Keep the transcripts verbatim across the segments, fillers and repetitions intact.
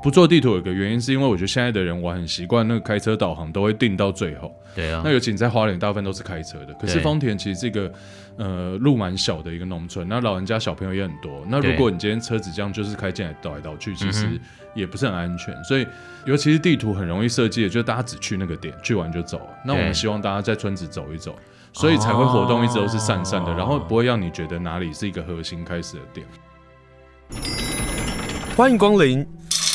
不做地图有一个原因，是因为我觉得现在的人玩很习惯，那个开车导航都会定到最后。 对啊。 那尤其你在花莲，大部分都是开车的。可是丰田其实是一个呃路蛮小的一个农村，那老人家小朋友也很多。那如果你今天车子这样就是开进来倒来倒去，其实也不是很安全。所以尤其是地图很容易设计的，就是大家只去那个点，去完就走了。那我们希望大家在村子走一走，所以才会活动一直都是散散的，哦、然后不会让你觉得哪里是一个核心开始的点。 欢迎光临。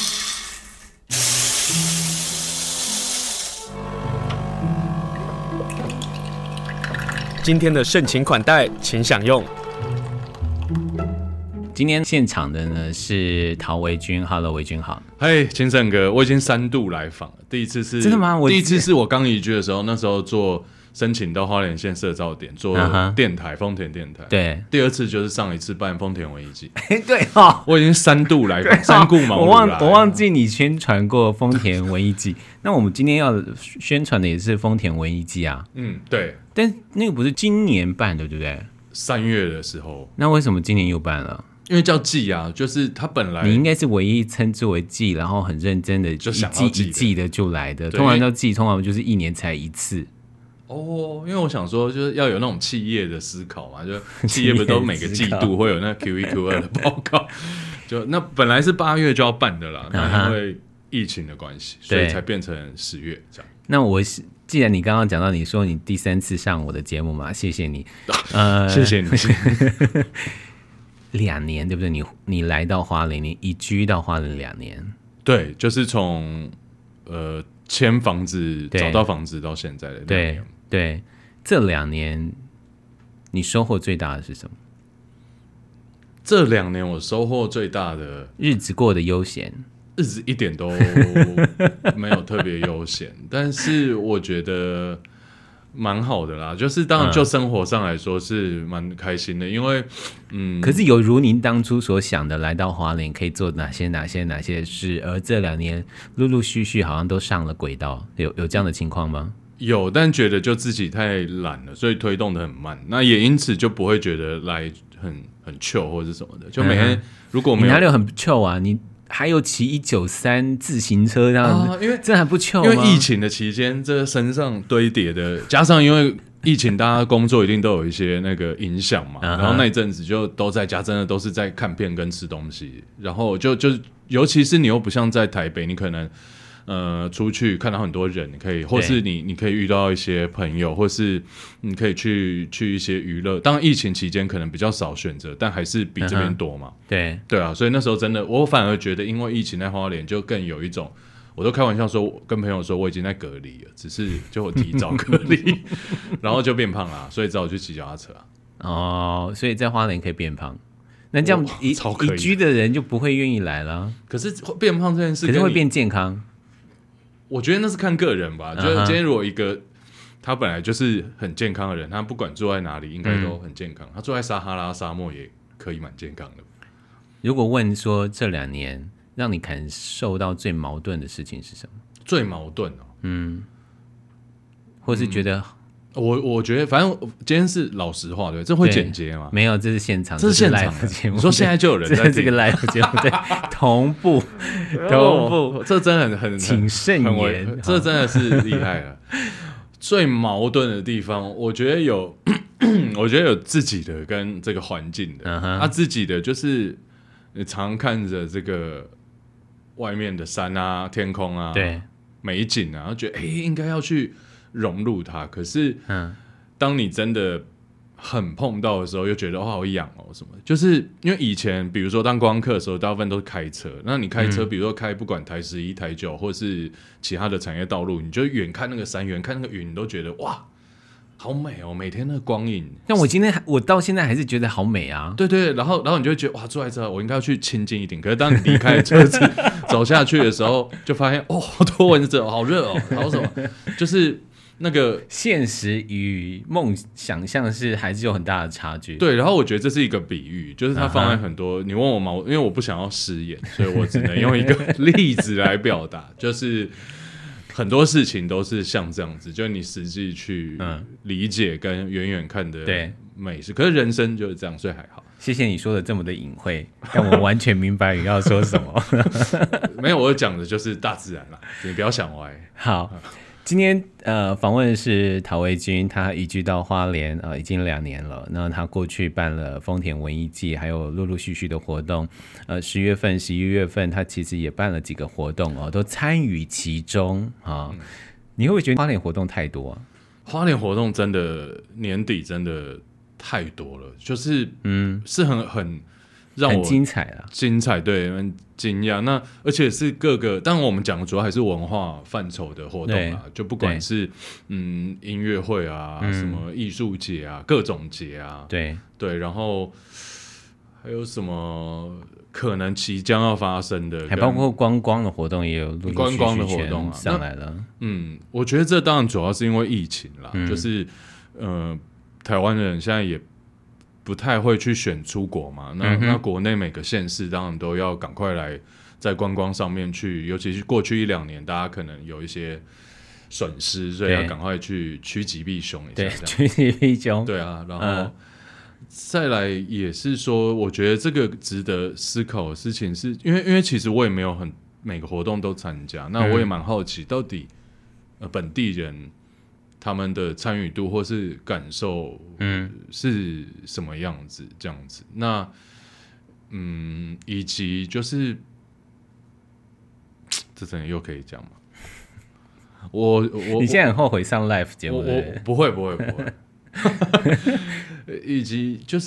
今天的盛情款待，请享用。 今天现场的呢是陶维君 ，Hello， 维君好。 嘿，清盛哥，我已经三度来访了。第一次是真的吗？ 第一次是我刚移居的时候，那时候做申请到花莲县社造点做电台，丰、uh-huh. 田电台。 对， 第二次就是上一次办丰田文艺季。 对哦， 我已经三度来访，三顾茅庐来。 我忘我忘记你宣传过丰田文艺季。那我们今天要宣传的也是丰田文艺季啊。 嗯，对。 但那个不是今年办的，对不对？ 三月的时候。 那为什么今年又办了？ 因为叫季啊，就是它本来你应该是唯一称之为季，然后很认真的一季一季的就来的。通常叫季，通常就是一年才一次。 哦，因为我想说，就是要有那种企业的思考嘛，就企业不都每个季度会有那 Q 一 Q 二的报告，就那本来是八月就要办的啦，那因为疫情的关系，所以才变成十月这样。 那我既然你刚刚讲到，你说你第三次上我的节目嘛，谢谢你，呃， 谢谢你。 两年对不对？你你来到花莲，你移居到花莲两年， 对，就是从呃签房子找到房子到现在的两年。 对对，这两年你收获最大的是什么？ 这两年我收获最大的日子过得悠闲， 日子一点都没有特别悠闲，但是我觉得蛮好的啦，就是当然就生活上来说是蛮开心的，因为嗯， 可是有如您当初所想的，来到花莲可以做哪些哪些哪些事，而这两年陆陆续续好像都上了轨道，有有这样的情况吗？ 有，但觉得就自己太懒了，所以推动的很慢，那也因此就不会觉得来很很 chill 或者什么的，就每天、嗯、如果没有你哪里有很 chill 啊？你还有骑一九三自行车这样子、啊，因为这还不糗吗？ 因为疫情的期间，这身上堆叠的，加上因为疫情，大家工作一定都有一些那个影响嘛。然后那一阵子就都在家，真的都是在看片跟吃东西。然后就就尤其是你又不像在台北，你可能呃出去看到很多人，你可以，或是你你可以遇到一些朋友，或是你可以去去一些娱乐。当然疫情期间可能比较少选择，但还是比这边多嘛。 嗯、对对啊，所以那时候真的，我反而觉得，因为疫情在花莲，就更有一种，我都开玩笑说，跟朋友说我已经在隔离了，只是就我提早隔离，然后就变胖啦，所以只好去骑脚踏车啊。 哦，所以在花莲可以变胖。那这样移移居的人就不会愿意来了。 可是变胖这件事， 可是会变健康。 我觉得那是看个人吧。Uh-huh. 就是今天如果一个他本来就是很健康的人，他不管住在哪里，应该都很健康。嗯、他住在撒哈拉沙漠也可以蛮健康的。如果问说这两年让你感受到最矛盾的事情是什么？ 最矛盾哦， 嗯，或是觉得。嗯我我觉得，反正今天是老实话，对，这会剪接吗？ 没有，这是现场， 这是现场的节目。你说现在就有人在这个 live 节目，对，同步，同步， 哦、这真的很很请慎言， 这真的是厉害了。最矛盾的地方，我觉得有，我觉得有自己的跟这个环境的。他、uh-huh. 啊、自己的就是你常看着这个外面的山啊、天空啊、 对美景啊，然后觉得哎、欸，应该要去融入它，可是，嗯，当你真的很碰到的时候，又觉得哦好痒哦什么，就是因为以前比如说当观光客的时候，大部分都是开车，那你开车，嗯、比如说开不管台十一、台九，或是其他的产业道路，你就远看那个山，远看那个云，你都觉得哇，好美哦，每天那个光影。 但我今天我到现在还是觉得好美啊。 对对，然后然后你就会觉得哇，坐在这，我应该要去亲近一点。可是当你离开车子走下去的时候，就发现哦，好多蚊子，好热哦，好什么，就是。那个现实与梦想象是还是有很大的差距。 对，然后我觉得这是一个比喻，就是它放在很多。Uh-huh. 你问我嘛，因为我不想要失言，所以我只能用一个例子来表达，就是很多事情都是像这样子，就是你实际去理解跟远远看的美事。可是人生就是这样，所以还好。 谢谢你说的这么的隐晦，但我完全明白你要说什么。 没有，我讲的就是大自然啦，你不要想歪。 好，今天呃访问的是陶维均，他移居到花莲呃已经两年了。那他过去办了丰田文艺季，还有陆陆续续的活动。呃，十月份、十一月份，他其实也办了几个活动哦，都参与其中啊。嗯、你会不会觉得花莲活动太多啊？ 花莲活动真的年底真的太多了，就是嗯，是很很让我很精彩啊， 精彩，对，很惊讶。那而且是各个，当然我们讲的主要还是文化范畴的活动啊，就不管是嗯音乐会啊，嗯、什么艺术节啊，各种节啊， 对对，然后还有什么可能即将要发生的， 还包括观光的活动也有陆陆续续观光的活动、啊、 上来了。 嗯，我觉得这当然主要是因为疫情啦，嗯、就是呃。台湾人现在也不太会去选出国嘛，那、嗯、那国内每个县市当然都要赶快来在观光上面去，尤其是过去一两年，大家可能有一些损失，所以要赶快去趋吉避凶一下。 对，趋吉避凶。 对啊，然后、嗯、再来也是说，我觉得这个值得思考的事情是，因为因为其实我也没有很每个活动都参加，那我也蛮好奇，到底、呃、本地人。他们的参与度或是感受，嗯，是什么样子？这样子，那，嗯，以及就是，这真的又可以讲吗？我我你现在很后悔上 live 节目？ 我我不会不会不会。以及就是，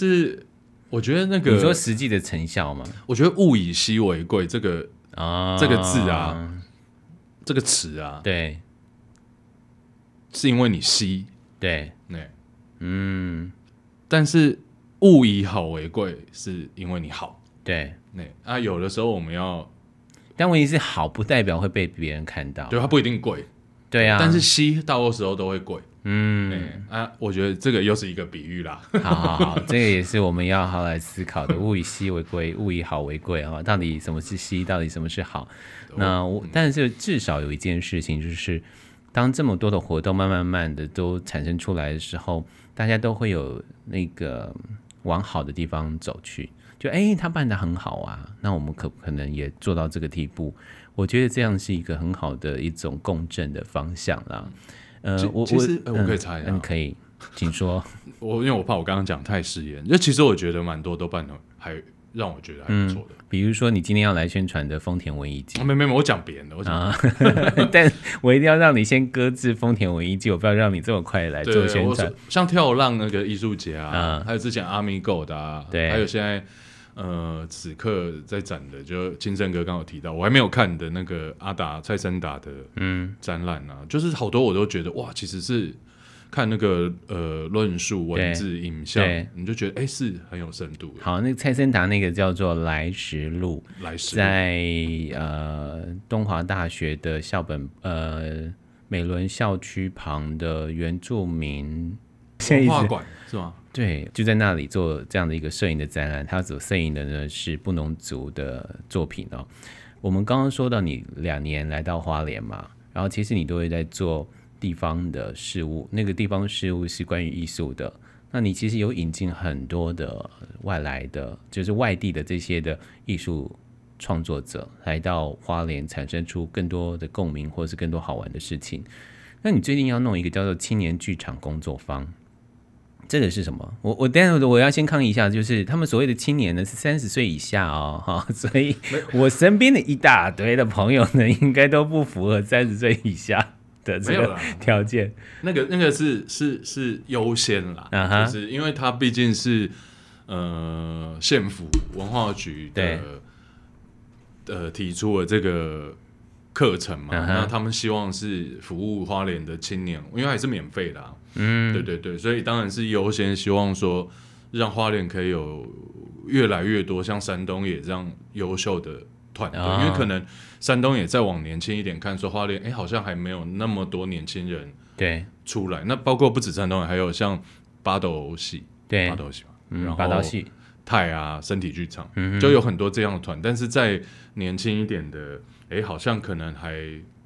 我觉得那个你说实际的成效吗？ 我觉得物以稀为贵，这个啊，这个字啊，这个词啊， 对。 是因为你稀， 对， 对， 嗯， 但是物以好为贵，是因为你好， 对， 对啊，有的时候我们要， 但问题是好不代表会被别人看到， 对，它不一定贵， 对啊， 但是稀大多时候都会贵， 嗯， 啊，我觉得这个又是一个比喻啦， 好好好，这个也是我们要好好来思考的，物以稀为贵，物以好为贵啊，到底什么是稀，到底什么是好？那我，但是至少有一件事情就是。当这么多的活动慢慢慢的都产生出来的时候，大家都会有那个往好的地方走去，就哎、欸，他办得很好啊，那我们可不可能也做到这个地步？我觉得这样是一个很好的一种共振的方向啦。呃，我其实我、呃、我可以猜一下， 嗯，可以，请说。 我因为我怕我刚刚讲太失言，就其实我觉得蛮多都办得还让我觉得还不错的、嗯。 比如说你今天要来宣传的丰田文艺季， 没没没，我讲别人的，我讲、啊， 但我一定要让你先搁置丰田文艺季，我不要让你这么快来做宣传。 像跳浪那个艺术节啊、嗯，还有之前阿米狗的啊， 对， 还有现在呃此刻在展的，就金正哥刚好提到，我还没有看的那个阿达蔡森达的嗯展览啊、嗯，就是好多我都觉得哇，其实是。看那个呃论述、文字、影像，你就觉得哎、欸、是很有深度的。 好，那个蔡森达那个叫做来时路， 来时路在呃东华大学的校本呃美伦校区旁的原住民文化馆是吗？ 对，就在那里做这样的一个摄影的展览。他所摄影的呢是布农族的作品哦。我们刚刚说到你两年来到花莲嘛，然后其实你都会在做。地方的事物，那个地方事物是关于艺术的。那你其实有引进很多的外来的，就是外地的这些的艺术创作者来到花莲，产生出更多的共鸣，或是更多好玩的事情。那你最近要弄一个叫做青年剧场工作坊，这个是什么？我我等一下我要先抗议一下，就是他们所谓的青年呢是三十岁以下哦，哈，所以我身边的一大堆的朋友呢，应该都不符合三十岁以下。的这个条件， 那个那个是是是优先啦， uh-huh. 就是因为它毕竟是呃县府文化局的呃提出了这个课程嘛， uh-huh. 那他们希望是服务花莲的青年，因为还是免费的、啊，嗯，对对对，所以当然是优先希望说让花莲可以有越来越多像山东也这样优秀的。团队，因为可能山东也再往年轻一点看，说花莲哎、欸，好像还没有那么多年轻人对出来。那包括不止山东，还有像八斗戏， 对八斗戏嘛， 嗯、 然后八斗戏泰啊，身体剧场、嗯，就有很多这样的团。但是在年轻一点的，哎、欸，好像可能还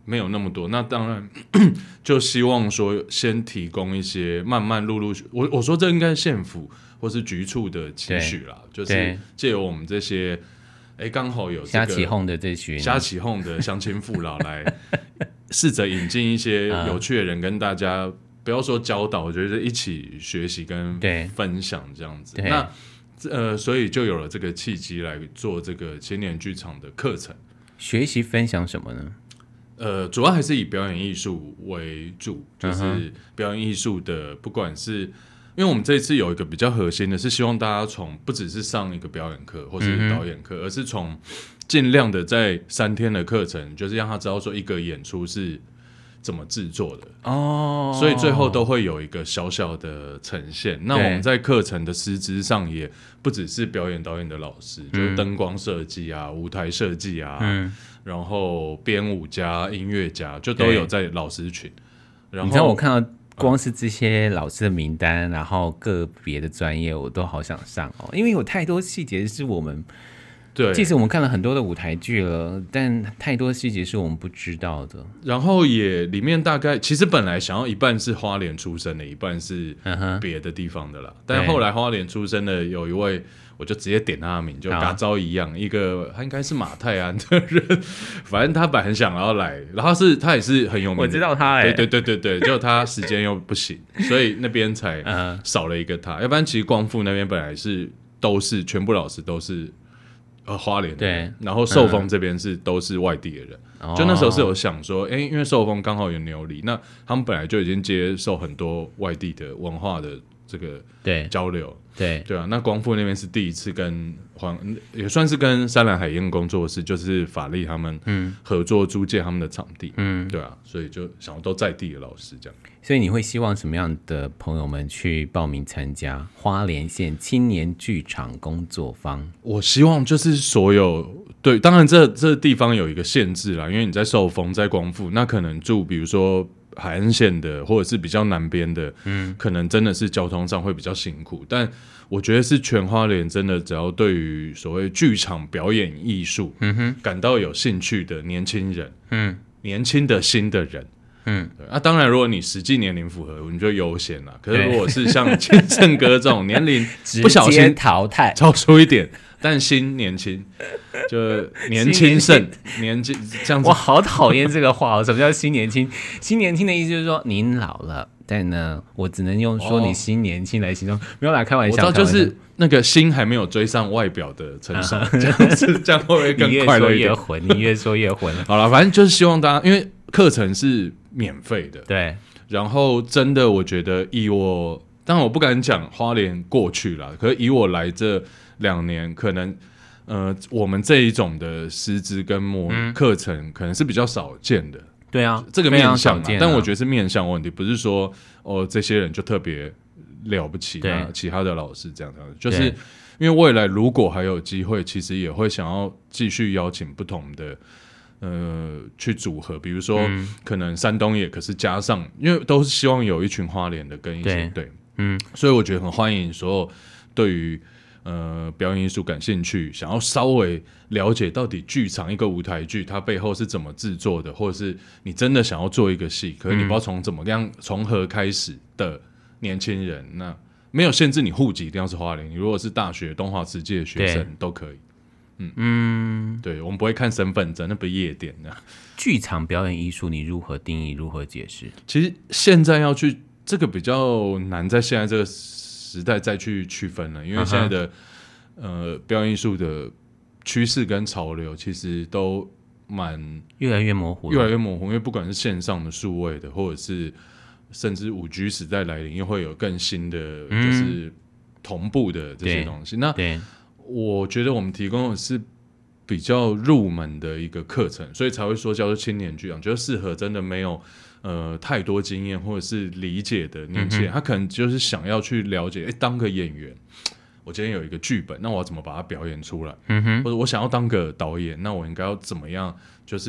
没有那么多。那当然就希望说先提供一些慢慢陆陆续，我我说这应该是县府或是局处的期许啦，就是借由我们这些。哎，刚好有瞎起哄的这群瞎起哄的乡亲父老来试着引进一些有趣的人，跟大家不要说教导，我觉得一起学习跟分享这样子。那呃，所以就有了这个契机来做这个青年剧场的课程。 学习分享什么呢？ 呃，主要还是以表演艺术为主，就是表演艺术的，不管是。因为我们这一次有一个比较核心的是希望大家从不只是上一个表演课或是导演课、嗯、而是从尽量的在三天的课程就是让他知道说一个演出是怎么制作的哦，所以最后都会有一个小小的呈现。那我们在课程的师资上也不只是表演导演的老师、嗯、就是灯光设计啊舞台设计啊、嗯、然后编舞家音乐家就都有在老师群。然后你知道我看到光是这些老师的名单，然后个别的专业我都好想上哦，因为有太多细节是我们对，即使我们看了很多的舞台剧了，但太多细节是我们不知道的。 然后也里面大概其实本来想要一半是花莲出生的，一半是别的地方的啦、嗯、但后来花莲出生的有一位我就直接点他的名，就嘎招一样，一个他应该是马泰安的人，反正他本来很想要来，然后是他也是很有名的， 我知道他哎、欸， 对对对对对，就他时间又不行，所以那边才少了一个他，要不然其实光复那边本来是都是全部老师都是。呃，花莲的人，然后寿丰这边是、嗯、都是外地的人、哦，就那时候是有想说，哎、欸，因为寿丰刚好有牛犁，那他们本来就已经接受很多外地的文化的这个交流， 对对啊，那光复那边是第一次跟黄，也算是跟山岚海燕工作室，就是法力他们合作租借他们的场地，嗯，对啊，所以就想要都在地的老师这样。 所以你会希望什么样的朋友们去报名参加花莲县青年剧场工作坊？ 我希望就是所有对，当然这这地方有一个限制啦，因为你在寿丰在光复，那可能住比如说海岸线的或者是比较南边的，嗯，可能真的是交通上会比较辛苦，但我觉得是全花莲真的只要对于所谓剧场表演艺术、嗯哼、感到有兴趣的年轻人，嗯，年轻的新的人。嗯，啊，当然，如果你实际年龄符合，你就优先啦。可是如果是像千正哥这种年龄不小心淘汰超出一点，但新年轻，就年轻盛年轻这样子。 我好讨厌这个话，什么叫新年轻？新年轻的意思就是说您老了，但呢，我只能用说你新年轻来形容，哦、没有啦，开玩笑。 我知道，就是那个心还没有追上外表的成熟，这样子这样会不会更快乐一点？ 你越说越混，你越说越混。 好了，反正就是希望大家，因为课程是免费的， 对。 然后真的，我觉得以我，当然我不敢讲花莲过去啦，可是以我来这两年，可能呃，我们这一种的师资跟模课程可能是比较少见的。 对啊， 这个面向、啊啊，但我觉得是面向问题，不是说哦这些人就特别了不起，那其他的老师这样子，就是因为未来如果还有机会，其实也会想要继续邀请不同的。呃，去组合，比如说、嗯、可能山东也可是加上，因为都是希望有一群花莲的跟一些 对, 对，嗯，所以我觉得很欢迎所有对于呃表演艺术感兴趣，想要稍微了解到底剧场一个舞台剧它背后是怎么制作的，或者是你真的想要做一个戏，可是你不知道从怎么样从何开始的年轻人，那没有限制你户籍一定要是花莲，你如果是大学东华慈济的学生都可以。嗯, 嗯，对，我们不会看身份证，那不是夜店的。 剧场表演艺术，你如何定义？如何解释？ 其实现在要去这个比较难，在现在这个时代再去区分了，因为现在的、uh-huh. 呃表演艺术的趋势跟潮流其实都蛮越来越模糊， 越来越模糊。因为不管是线上的、数位的，或者是甚至五 G 时代来临，又会有更新的，就是同步的这些东西。嗯、那对。我觉得我们提供的是比较入门的一个课程，所以才会说叫做青年剧场，就是适合真的没有呃太多经验或者是理解的年轻人、嗯，他可能就是想要去了解，哎，当个演员，我今天有一个剧本，那我要怎么把它表演出来？嗯哼，或者我想要当个导演，那我应该要怎么样？就是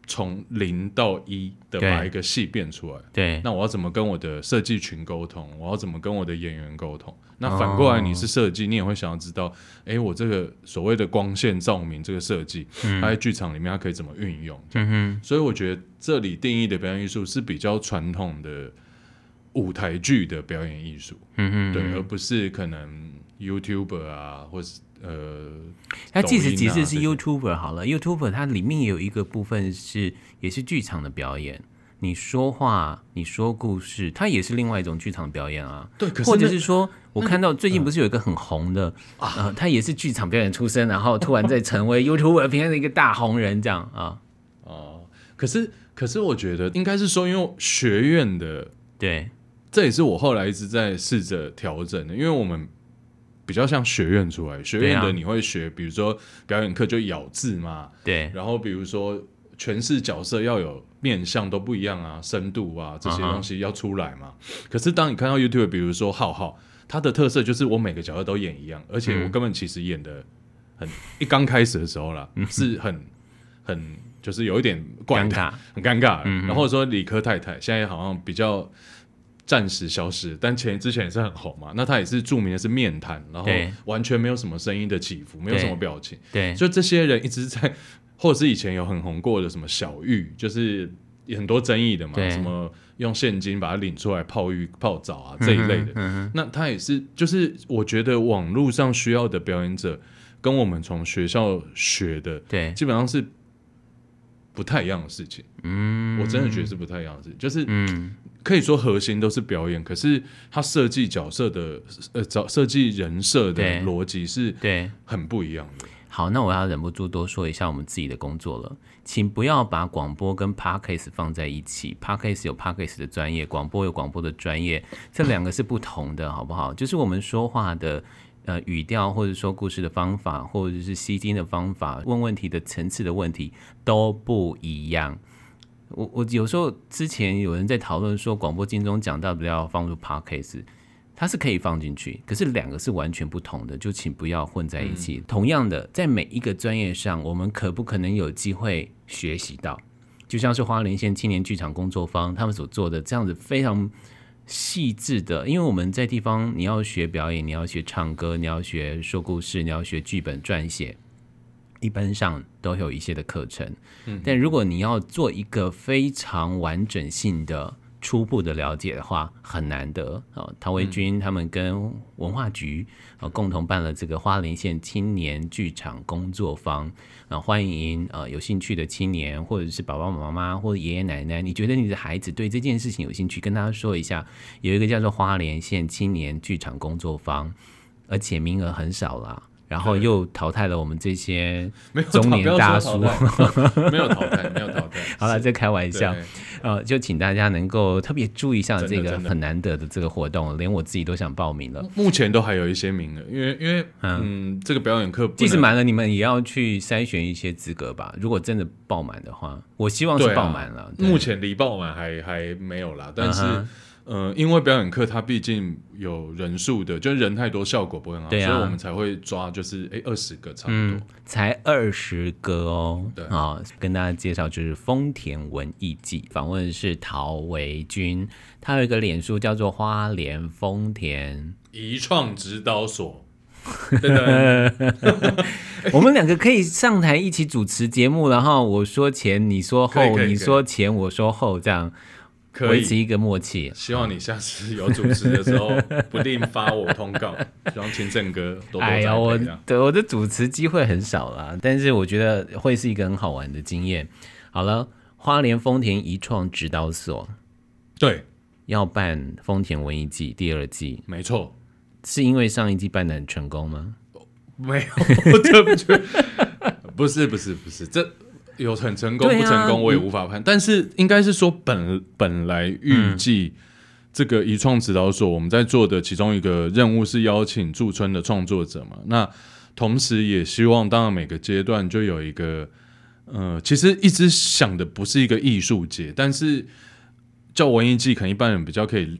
从零到一的把一个戏变出来。 对， 那我要怎么跟我的设计群沟通？我要怎么跟我的演员沟通？那反过来，你是设计，你也会想要知道，哎，我这个所谓的光线照明这个设计，嗯、它在剧场里面它可以怎么运用？嗯、所以我觉得这里定义的表演艺术是比较传统的舞台剧的表演艺术，嗯、对，而不是可能 YouTuber 啊，或是呃， 它即使即使是 YouTuber 好了 ，YouTuber 它里面有一个部分是也是剧场的表演。你说话，你说故事，它也是另外一种剧场表演啊。 对，可是或者是说，我看到最近不是有一个很红的，嗯、呃，他也是剧场表演出身，然后突然再成为 YouTuber 平台的一个大红人，这样啊。 哦，可是可是我觉得应该是说，因为学院的， 对， 这也是我后来一直在试着调整的，因为我们比较像学院出来，学院的你会学，比如说表演课就咬字嘛， 对， 然后比如说诠释角色要有面向都不一样啊，深度啊这些东西要出来嘛。Uh-huh. 可是当你看到 YouTube， 比如说浩浩，他的特色就是我每个角色都演一样，而且我根本其实演的很、嗯、一刚开始的时候啦，是很很就是有一点怪的， 尴尬， 很尴尬。嗯、然后说理科太太现在好像比较暂时消失，但前之前也是很红嘛。那他也是著名的是面瘫，然后完全没有什么声音的起伏，没有什么表情。 对， 就这些人一直在。或者是以前有很红过的什么小玉，就是很多争议的嘛，什么用现金把它领出来泡浴泡澡啊这一类的，嗯嗯、那他也是，就是我觉得网络上需要的表演者，跟我们从学校学的， 对， 基本上是不太一样的事情。嗯，我真的觉得是不太一样的事情，就是、嗯、可以说核心都是表演，可是他设计角色的呃设计人设的逻辑是对很不一样的。 好，那我要忍不住多说一下我们自己的工作了，请不要把广播跟 Podcast 放在一起。Podcast 有 Podcast 的专业，广播有广播的专业，这两个是不同的，好不好？就是我们说话的呃语调，或者说故事的方法，或者是吸睛的方法，问问题的层次的问题都不一样。我我有时候之前有人在讨论说，广播金钟奖到底要放入 Podcast。它是可以放进去，可是两个是完全不同的，就请不要混在一起。嗯、同样的，在每一个专业上，我们可不可能有机会学习到？就像是花莲县青年剧场工作坊他们所做的这样子非常细致的，因为我们在地方你要学表演，你要学唱歌，你要学说故事，你要学剧本撰写，一般上都有一些的课程。嗯、但如果你要做一个非常完整性的初步的了解的话，很难得。哦、陶维军他们跟文化局、呃、共同办了这个花莲县青年剧场工作坊，呃、欢迎、呃、有兴趣的青年，或者是爸爸妈妈或者爷爷奶奶，你觉得你的孩子对这件事情有兴趣，跟他说一下，有一个叫做花莲县青年剧场工作坊，而且名额很少啦。然后又淘汰了我们这些中年大叔， 没有淘汰，没有淘汰。 好了，这开玩笑，呃，就请大家能够特别注意一下这个很难得的这个活动，连我自己都想报名了。 目前都还有一些名额，因为因为嗯，嗯这个表演课即使满了，你们也要去筛选一些资格吧。如果真的爆满的话，我希望是爆满了。 啊、目前离爆满还还没有啦，但是。Uh-huh呃，因为表演课它毕竟有人数的，就是人太多效果不会很好， 对啊、 所以我们才会抓就是哎二十个差不多，嗯、 才二十个哦。对啊、哦，跟大家介绍就是丰田文艺季，访问的是陶维军，他有一个脸书叫做花莲丰田遗创指导所。 我们两个可以上台一起主持节目，然后我说前你说后，你说前我说后，这样。维持一个默契， 希望你下次有主持的时候不吝发我通告，希望清正哥多多栽培。哎呀， 我对我的主持机会很少啦，但是我觉得会是一个很好玩的经验。好了，花莲丰田遗创指导所， 对， 要办丰田文艺季第二季， 没错， 是因为上一季办得很成功吗？ 没有，对不起，不是，不是，不是，这。有很成功、啊、不成功我也无法判，但是应该是说本本来预计这个遗创指导所我们在做的其中一个任务是邀请驻村的创作者嘛，那同时也希望当然每个阶段就有一个呃，其实一直想的不是一个艺术节，但是叫文艺季可能一般人比较可以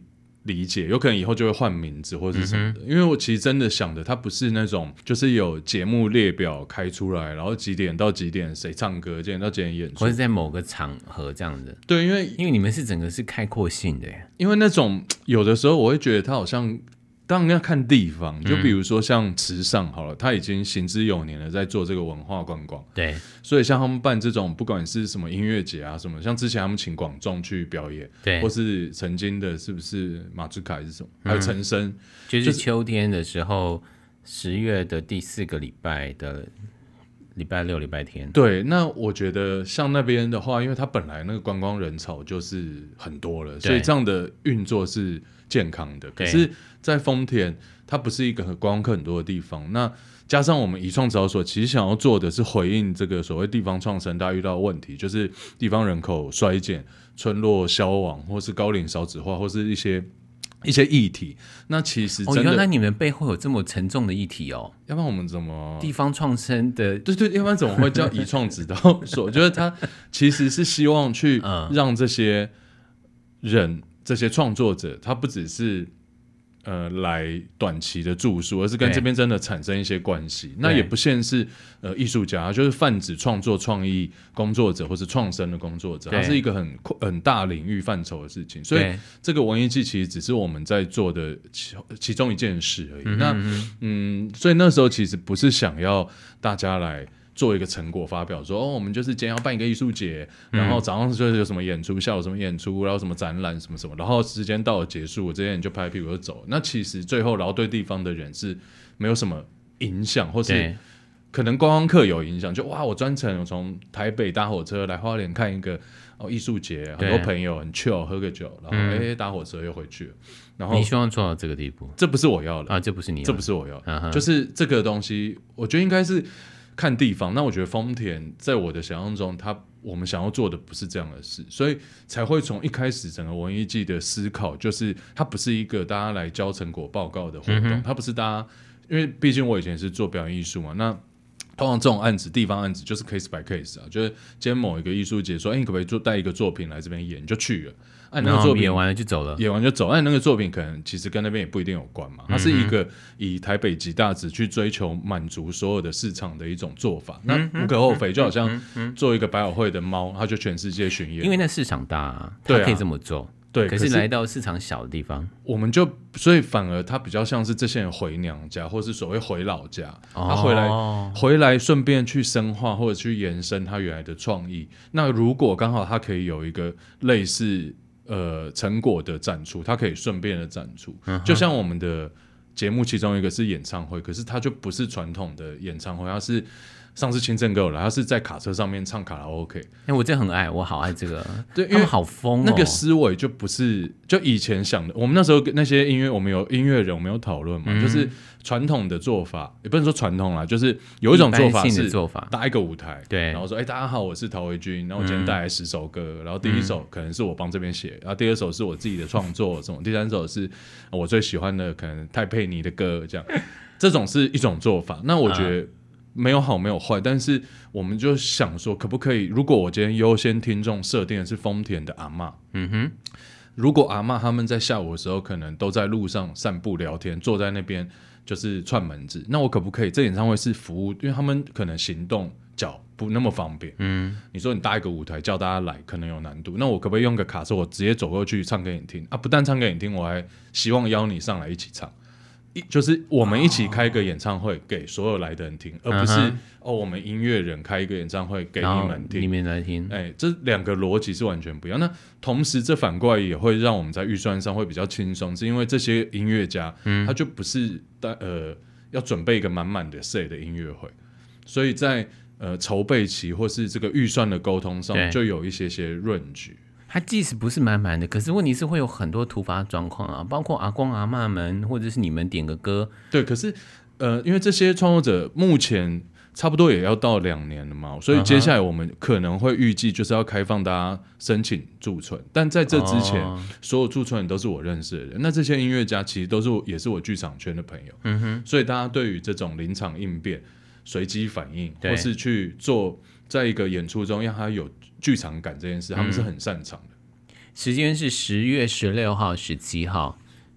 理解，有可能以后就会换名字或是什么的、嗯、因为我其实真的想的它不是那种就是有节目列表开出来，然后几点到几点谁唱歌，几点到几点演出， 或者在某个场合这样子。 对，因为因为你们是整个是开阔性的耶， 因为那种有的时候我会觉得它好像当然要看地方，就比如说像池上好了，他已经行之有年了，在做这个文化观光。对，所以像他们办这种不管是什么音乐节啊什么，像之前他们请广众去表演，对，或是曾经的是不是马祖凯是什么，还有陈升、嗯， 就是秋天的时候，十月的第四个礼拜的礼拜六、礼拜天。 对，那我觉得像那边的话，因为它本来那个观光人潮就是很多了，所以这样的运作是健康的。可是，在丰田，它不是一个观光客很多的地方。那加上我们宜创指导所其实想要做的是回应这个所谓地方创生大家遇到的问题，就是地方人口衰减、村落消亡，或是高龄少子化，或是一些一些议题。那其实真的、哦、 原来你们背后有这么沉重的议题哦， 要不然我们怎么地方创生的？ 对对，要不然怎么会叫宜创指导所？我觉得他其实是希望去让这些人、嗯、这些创作者，他不只是呃来短期的住宿，而是跟这边真的产生一些关系。那也不限是呃艺术家，就是泛指创作创意工作者或是创生的工作者，它是一个很很大领域范畴的事情。所以这个文艺季其实只是我们在做的 其, 其中一件事而已。嗯那嗯，所以那时候其实不是想要大家来做一个成果发表，说哦，我们就是今天要办一个艺术节，然后早上就是有什么演出，下午什么演出，然后什么展览什么什么，然后时间到了结束，这些人就拍屁股就走。那其实最后，然后对地方的人是没有什么影响，或是可能观光客有影响，就哇，我专程从台北搭火车来花莲看一个哦艺术节，很多朋友很 chill 喝个酒，然后哎、嗯、搭火车又回去了。然后你希望做到这个地步？ 这不是我要的啊，这不是你要的， 这不是我要的、uh-huh. 就是这个东西，我觉得应该是看地方。那我觉得丰田在我的想象中，他我们想要做的不是这样的事，所以才会从一开始整个文艺季的思考，就是它不是一个大家来交成果报告的活动，嗯、它不是大家，因为毕竟我以前是做表演艺术嘛，那通常这种案子，地方案子就是 case by case 啊，就是今天某一个艺术节说，哎、欸，你可不可以做带一个作品来这边演，你就去了。哎、啊，那个作品演完了就走了， 演完就走。哎、啊，那个作品可能其实跟那边也不一定有关嘛，它是一个以台北极大值去追求满足所有的市场的一种做法。嗯、那无可厚非，就好像做一个百老汇的猫，它就全世界巡演， 因为那市场大、啊，它可以这么做。 对， 可是来到市场小的地方， 我们就所以反而他比较像是这些人回娘家，或是所谓回老家，哦、他回来回来顺便去深化或者去延伸他原来的创意。那如果刚好他可以有一个类似呃成果的展出，他可以顺便的展出，嗯、就像我们的节目其中一个是演唱会，可是它就不是传统的演唱会，它是。上次清正给我来，他是在卡车上面唱卡拉 OK， 哎、欸，我真的很爱，我好爱这个， 对， 他们好疯、哦， 那个思维就不是就以前想的。我们那时候那些音乐，我们有音乐人，我们有讨论嘛、嗯，就是传统的做法，也不能说传统啦，就是有一种做法是搭一个舞台，对，然后说，哎、欸，大家好，我是陶维军，然后我今天带来十首歌，嗯、然后第一首可能是我帮这边写，然后第二首是我自己的创作，什么，第三首是我最喜欢的，可能戴佩妮的歌，这样，这种是一种做法。那我觉得。嗯没有好没有坏，但是我们就想说，可不可以？如果我今天优先听众设定的是丰田的阿嬷，嗯哼，如果阿嬷他们在下午的时候可能都在路上散步聊天，坐在那边就是串门子，那我可不可以？这演唱会是服务，因为他们可能行动脚不那么方便，嗯，你说你搭一个舞台叫大家来，可能有难度，那我可不可以用个卡车，我直接走过去唱给你听啊？不但唱给你听，我还希望邀你上来一起唱。就是我们一起开一个演唱会给所有来的人听，哦、而不是、uh-huh. 哦我们音乐人开一个演唱会给你们听， 你们来听。 哎，这两个逻辑是完全不一样。那同时，这反过来也会让我们在预算上会比较轻松，是因为这些音乐家、嗯、他就不是呃要准备一个满满的 set 的音乐会，所以在呃筹备期或是这个预算的沟通上，就有一些些润局。 它即使不是满满的，可是问题是会有很多突发状况啊，包括阿公阿嬷们，或者是你们点个歌。 对，可是呃，因为这些创作者目前差不多也要到两年了嘛，所以接下来我们可能会预计就是要开放大家申请驻村，但在这之前，哦、所有驻村人都是我认识的人。那这些音乐家其实都是也是我剧场圈的朋友，嗯哼，所以大家对于这种临场应变、随机反应，或是去做在一个演出中让他有剧场感这件事，他们是很擅长的。 嗯、时间是十月十六号、十七号，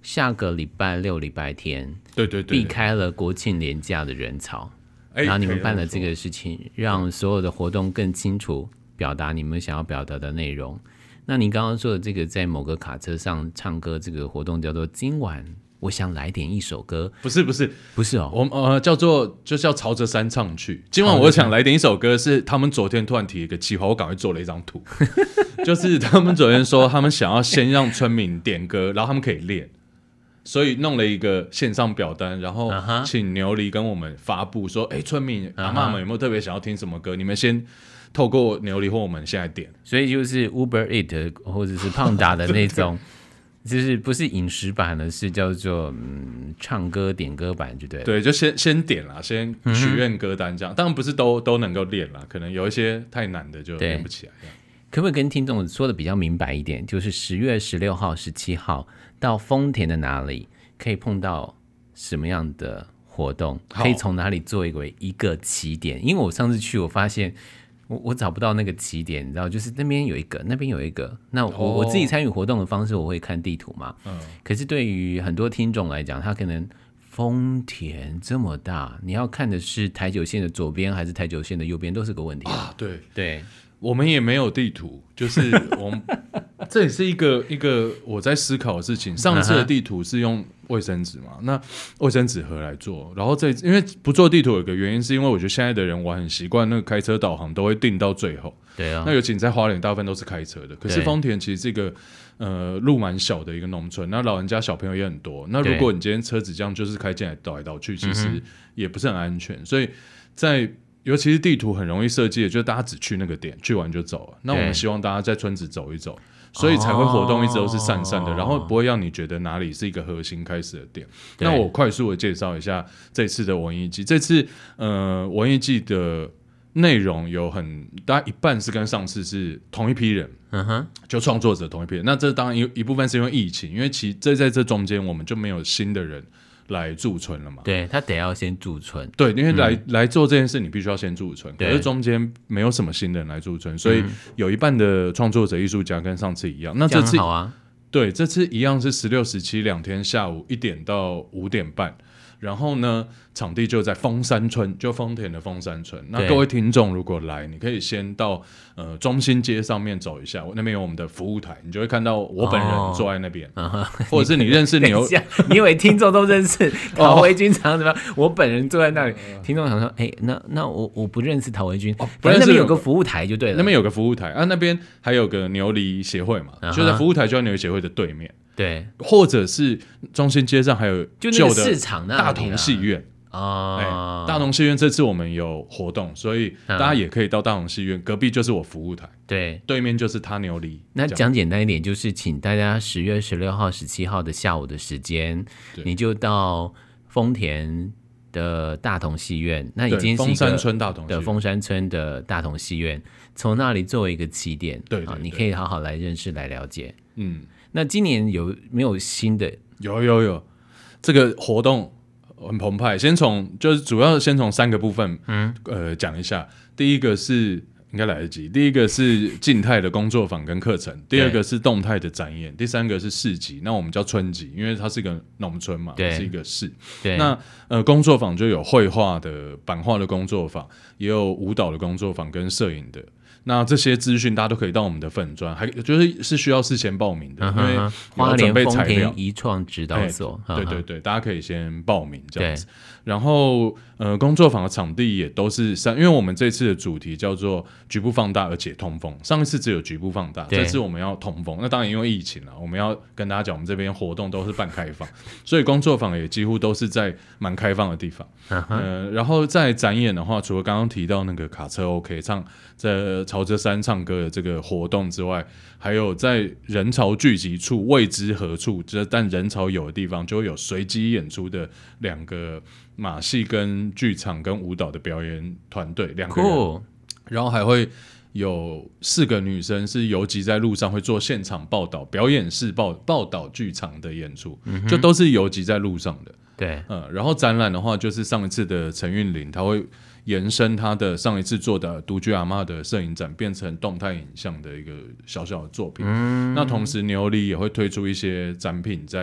下个礼拜六、礼拜天， 对对 对, 对， 避开了国庆连假的人潮， 欸、 然后你们办了这个事情，让所有的活动更清楚表达你们想要表达的内容。那你刚刚说的这个在某个卡车上唱歌这个活动叫做今晚我想来点一首歌， 不是不是不是哦， 我们呃叫做就叫朝着山唱去。今晚我想来点一首歌，是他们昨天突然提一个计划，我赶快做了一张图，就是他们昨天说他们想要先让村民点歌，然后他们可以练，所以弄了一个线上表单，然后请牛梨跟我们发布说，哎、uh-huh. ，村民阿嬷们有没有特别想要听什么歌？你们先透过牛梨或我们现在点， 所以就是 Uber Eat 或者是胖达的那种。就是不是饮食版的，是叫做、嗯、唱歌点歌版，就对了。 对，就先先点啦，先许愿歌单这样。嗯、当然不是都都能够练啦，可能有一些太难的就练不起来。 可不可以跟听众说的比较明白一点？就是十月十六号、十七号到丰田的哪里可以碰到什么样的活动？可以从哪里作为一个起点？因为我上次去，我发现。我, 我找不到那个起点，你知道，就是那边有一个，那边有一个。那我、哦、我自己参与活动的方式，我会看地图嘛。嗯。可是对于很多听众来讲，他可能丰田这么大，你要看的是台九线的左边还是台九线的右边，都是个问题啊。 对对， 我们也没有地图，就是我们这也是一个一个我在思考的事情。上次的地图是用卫生纸嘛，那卫生纸盒来做，然后这因为不做地图有一个原因，是因为我觉得现在的人我很习惯那个开车导航都会定到最后。 对啊， 那尤其你在花莲大部分都是开车的，可是丰田其实这个呃路蛮小的一个农村，那老人家小朋友也很多，那如果你今天车子这样就是开进来倒来倒去，其实也不是很安全，所以在尤其是地图很容易设计的，就是大家只去那个点，去完就走了。那我们希望大家在村子走一走，所以才会活动一直都是散散的，哦、然后不会让你觉得哪里是一个核心开始的点。那我快速的介绍一下这次的文艺季。这次呃文艺季的内容有很大概一半是跟上次是同一批人，嗯哼，就创作者同一批人。那这当然 一, 一部分是因为疫情，因为其这在这中间我们就没有新的人。来驻村了嘛？ 对，他得要先驻村。 对，因为来、嗯、来做这件事，你必须要先驻村。可是中间没有什么新的人来驻村，所以有一半的创作者、艺术家跟上次一样。那这次好啊， 对，这次一样是十六、十七两天下午一点到五点半。然后呢，场地就在丰山村，就丰田的丰山村。那各位听众如果来，你可以先到呃中心街上面走一下，那边有我们的服务台，你就会看到我本人坐在那边，哦、或者是你认识牛， 你以为听众都认识陶维军常怎么样？我本人坐在那里，听众想说，哎、欸，那那我我不认识陶维军，哦、不认识那边有个服务台就对了， 那边有个服务台啊，那边还有个牛梨协会嘛，uh-huh. 就在服务台就在牛梨协会的对面。 对， 或者是中心街上还有旧的市场大同戏院哦、 欸，大同戏院这次我们有活动，所以大家也可以到大同戏院，隔壁就是我服务台， 对， 对面就是他牛梨。 那讲简单一点，就是请大家十月十六号、十七号的下午的时间，你就到丰田的大同戏院，那已经是一个丰山村大同的丰山村的大同戏院，从那里作为一个起点， 对对对、 啊，你可以好好来认识、来了解。 嗯。 那今年有没有新的？ 有有有，这个活动很澎湃。先从就是主要先从三个部分，嗯，呃，讲一下。第一个是应该来得及，第一个是静态的工作坊跟课程，第二个是动态的展演，第三个是市集。那我们叫村集，因为它是一个农村嘛，是一个市。 对。 那呃，工作坊就有绘画的、版画的工作坊，也有舞蹈的工作坊跟摄影的。那这些资讯大家都可以到我们的粉专，还就是是需要事先报名的，嗯、因为要准备材料。 宜创指导所， 对对对，大家可以先报名这样子。然后呃，工作坊的场地也都是三，因为我们这次的主题叫做局部放大而且通风。上一次只有局部放大，这次我们要通风。那当然因为疫情了，我们要跟大家讲，我们这边活动都是半开放，所以工作坊也几乎都是在蛮开放的地方。嗯、呃，然后在展演的话，除了刚刚提到那个卡车 OK 唱在朝着山唱歌的这个活动之外，还有在人潮聚集处未知何处，但人潮有的地方就会有随机演出的两个马戏跟剧场跟舞蹈的表演团队，两个人、cool. 然后还会有四个女生是游击在路上，会做现场报道、表演式报报道剧场的演出、嗯，就都是游击在路上的。 对， 嗯，然后展览的话，就是上一次的陈韵玲，她会延伸他的上一次做的独居阿嬷的摄影展，变成动态影像的一个小小的作品。嗯、那同时牛梨也会推出一些展品在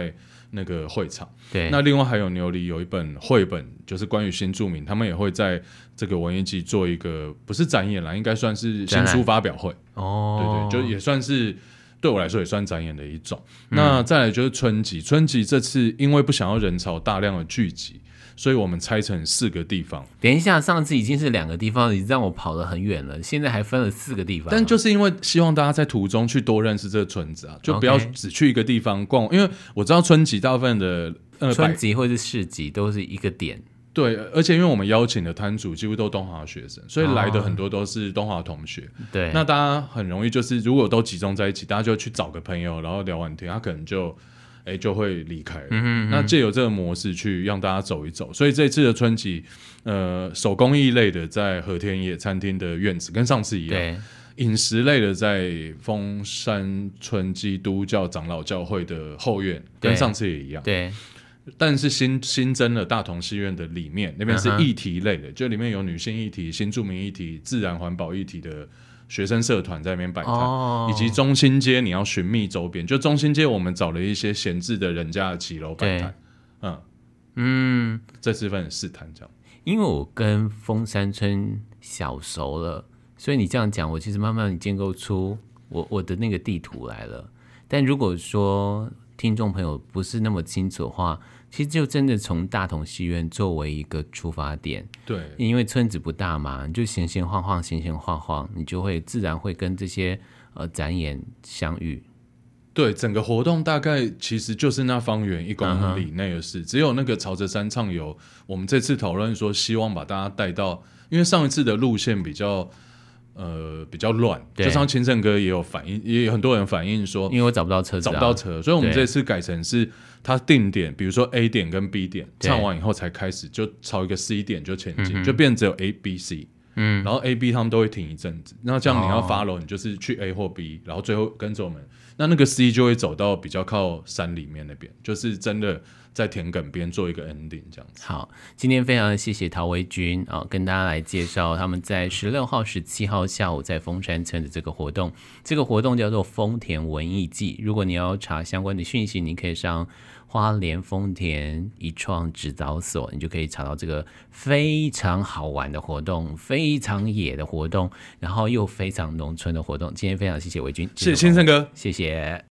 那个会场。 对， 那另外还有牛里有一本绘本，就是关于新住民，他们也会在这个文艺季做一个不是展演啦，应该算是新书发表会。哦，对对，就也算是对我来说也算展演的一种。嗯、那再来就是春集，春集这次因为不想要人潮大量的聚集。所以我们拆成四个地方。 等一下，上次已经是两个地方，你让我跑得很远了，现在还分了四个地方。 但就是因为希望大家在途中去多认识这个村子啊，就不要只去一个地方逛。Okay. 因为我知道春集大部分的、呃、 春集或是市集都是一个点。 对，而且因为我们邀请的摊主几乎都东华学生，所以来的很多都是东华同学。哦、对，那大家很容易就是如果都集中在一起，大家就去找个朋友，然后聊完天，他可能就。欸、就会离开了。嗯哼嗯哼，那借由这个模式去让大家走一走，所以这次的春集，呃，手工艺类的在和田野餐厅的院子，跟上次一样；饮食类的在丰山村基督教长老教会的后院，跟上次也一样。对。但是新新增了大同戏院的里面，那边是议题类的，嗯、就里面有女性议题、新住民议题、自然环保议题的。学生社团在那边摆摊，哦、以及中心街你要寻觅周边，就中心街我们找了一些闲置的人家的骑楼摆摊，嗯嗯，这次分四摊这样。 因为我跟丰山村小熟了，所以你这样讲，我其实慢慢建构出我我的那个地图来了。但如果说听众朋友不是那么清楚的话，其实就真的从大同戏院作为一个出发点，对，因为村子不大嘛，你就闲闲晃晃，闲闲晃晃，你就会自然会跟这些呃展演相遇。 对，整个活动大概其实就是那方圆一公里内的事， uh-huh. 只有那个朝着山唱游，我们这次讨论说希望把大家带到，因为上一次的路线比较。呃，比较乱，就像清盛哥也有反映，也有很多人反映说， 因为我找不到车子、啊， 找不到车，所以我们这次改成是他定点，比如说 A 点跟 B 点唱完以后才开始，就朝一个 C 点就前进，就变只有 A、B、C， 嗯，然后 A、B 他们都会停一阵子，那这样你要 follow，、哦、你就是去 A 或 B， 然后最后跟着我们，那那个 C 就会走到比较靠山里面那边，就是真的。在田埂边做一个 ending 这样子。 好，今天非常谢谢陶维均啊、哦，跟大家来介绍他们在十六号、十七号下午在丰山村的这个活动。这个活动叫做丰田文艺季。如果你要查相关的讯息，你可以上花莲丰田一创指导所，你就可以查到这个非常好玩的活动，非常野的活动，然后又非常农村的活动。今天非常谢谢维均， 谢谢先生哥， 谢谢。